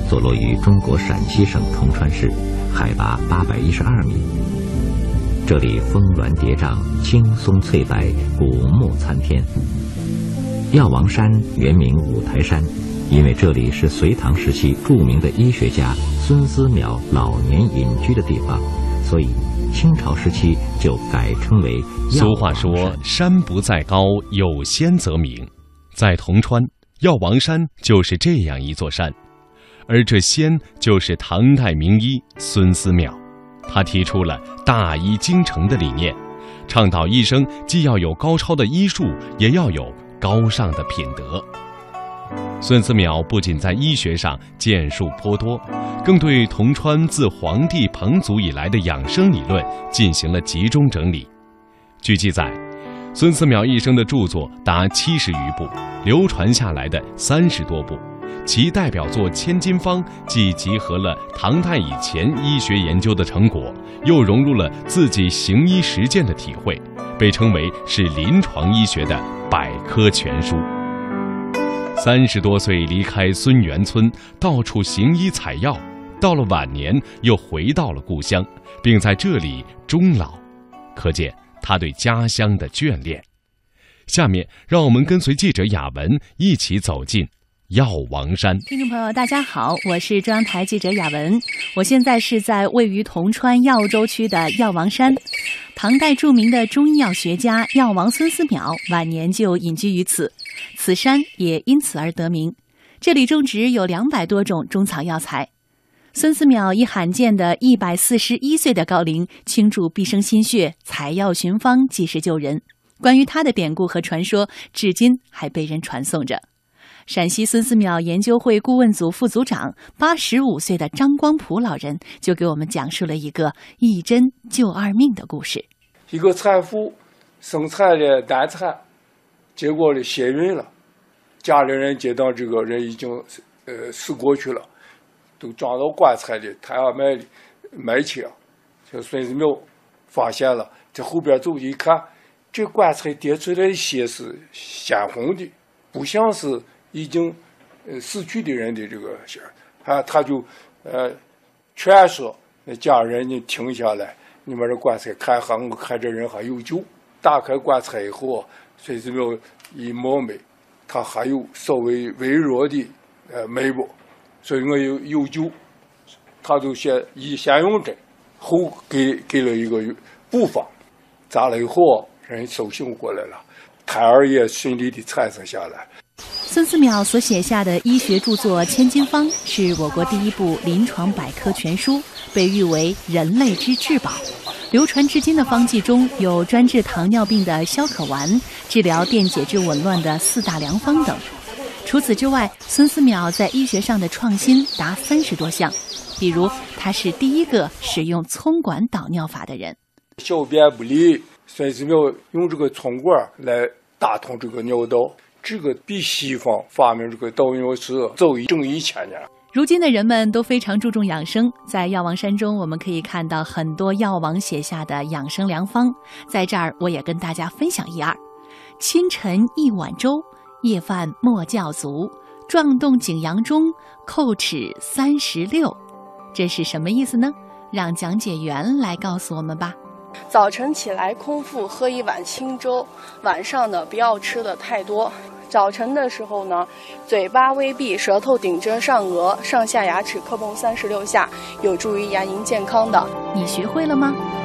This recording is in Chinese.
坐落于中国陕西省铜川市，海拔812米。这里峰峦叠嶂，青松翠柏，古木参天。药王山原名五台山，因为这里是隋唐时期著名的医学家孙思邈老年隐居的地方，所以清朝时期就改称为药王山。 俗话说山不在高，有仙则名。在铜川，药王山就是这样一座山，而这仙就是唐代名医孙思邈。他提出了大医精诚的理念，倡导医生既要有高超的医术，也要有高尚的品德。孙思邈不仅在医学上建树颇多，更对铜川自黄帝彭祖以来的养生理论进行了集中整理。据记载，孙思邈一生的著作达70余部，流传下来的30多部，其代表作《千金方》既集合了唐代以前医学研究的成果，又融入了自己行医实践的体会，被称为是临床医学的百科全书。30多岁离开孙园村，到处行医采药，到了晚年又回到了故乡，并在这里终老，可见他对家乡的眷恋。下面让我们跟随记者雅文一起走进药王山。 听众朋友大家好，我是中央台记者雅文，我现在是在位于铜川耀州区的药王山。唐代著名的中医药学家药王孙思邈晚年就隐居于此，此山也因此而得名。这里种植有200多种中草药材。孙思邈以罕见的141岁的高龄，倾注毕生心血，采药寻方，济世救人。关于他的典故和传说，至今还被人传颂着。陕西孙思邈研究会顾问组副组长85岁的张光普老人就给我们讲述了一个一针救2命的故事。 一个产妇生产的难产，结果呢血晕了，家里人接到这个人已经死过去了，都装到棺材里，太阳脉里埋起了。这孙思邈发现了，在后边走一看，这棺材跌出来的血是鲜红的，不像是已经死去的人的这个血。他就劝说那家人你停下来，你把这棺材看看，我看这人还有救。打开棺材以后，孙思邈一摸脉，他还有稍微微弱的脉搏，所以我有救。他就先用针，后给了一个布方，扎了以后人苏醒过来了，胎儿也顺利的产生下来。 孙思邈所写下的医学著作《千金方》是我国第1部临床百科全书，被誉为人类之至宝。流传至今的方剂中有专治糖尿病的消渴丸，治疗电解质紊乱的4大良方等。除此之外，孙思邈在医学上的创新达30多项，比如他是第1个使用葱管导尿法的人。 小便不利，孙思邈用这个葱管来打通这个尿道，这个比西方发明这个导尿式早整1000年。 如今的人们都非常注重养生，在药王山中我们可以看到很多药王写下的养生良方，在这儿我也跟大家分享一二。清晨1碗粥，夜饭莫教足，壮动景阳钟，叩齿36。这是什么意思呢？让讲解员来告诉我们吧。 早晨起来空腹喝1碗清粥，晚上呢不要吃的太多。早晨的时候呢，嘴巴微闭，舌头顶着上颚，上下牙齿磕碰36下，有助于牙龈健康的。 你学会了吗？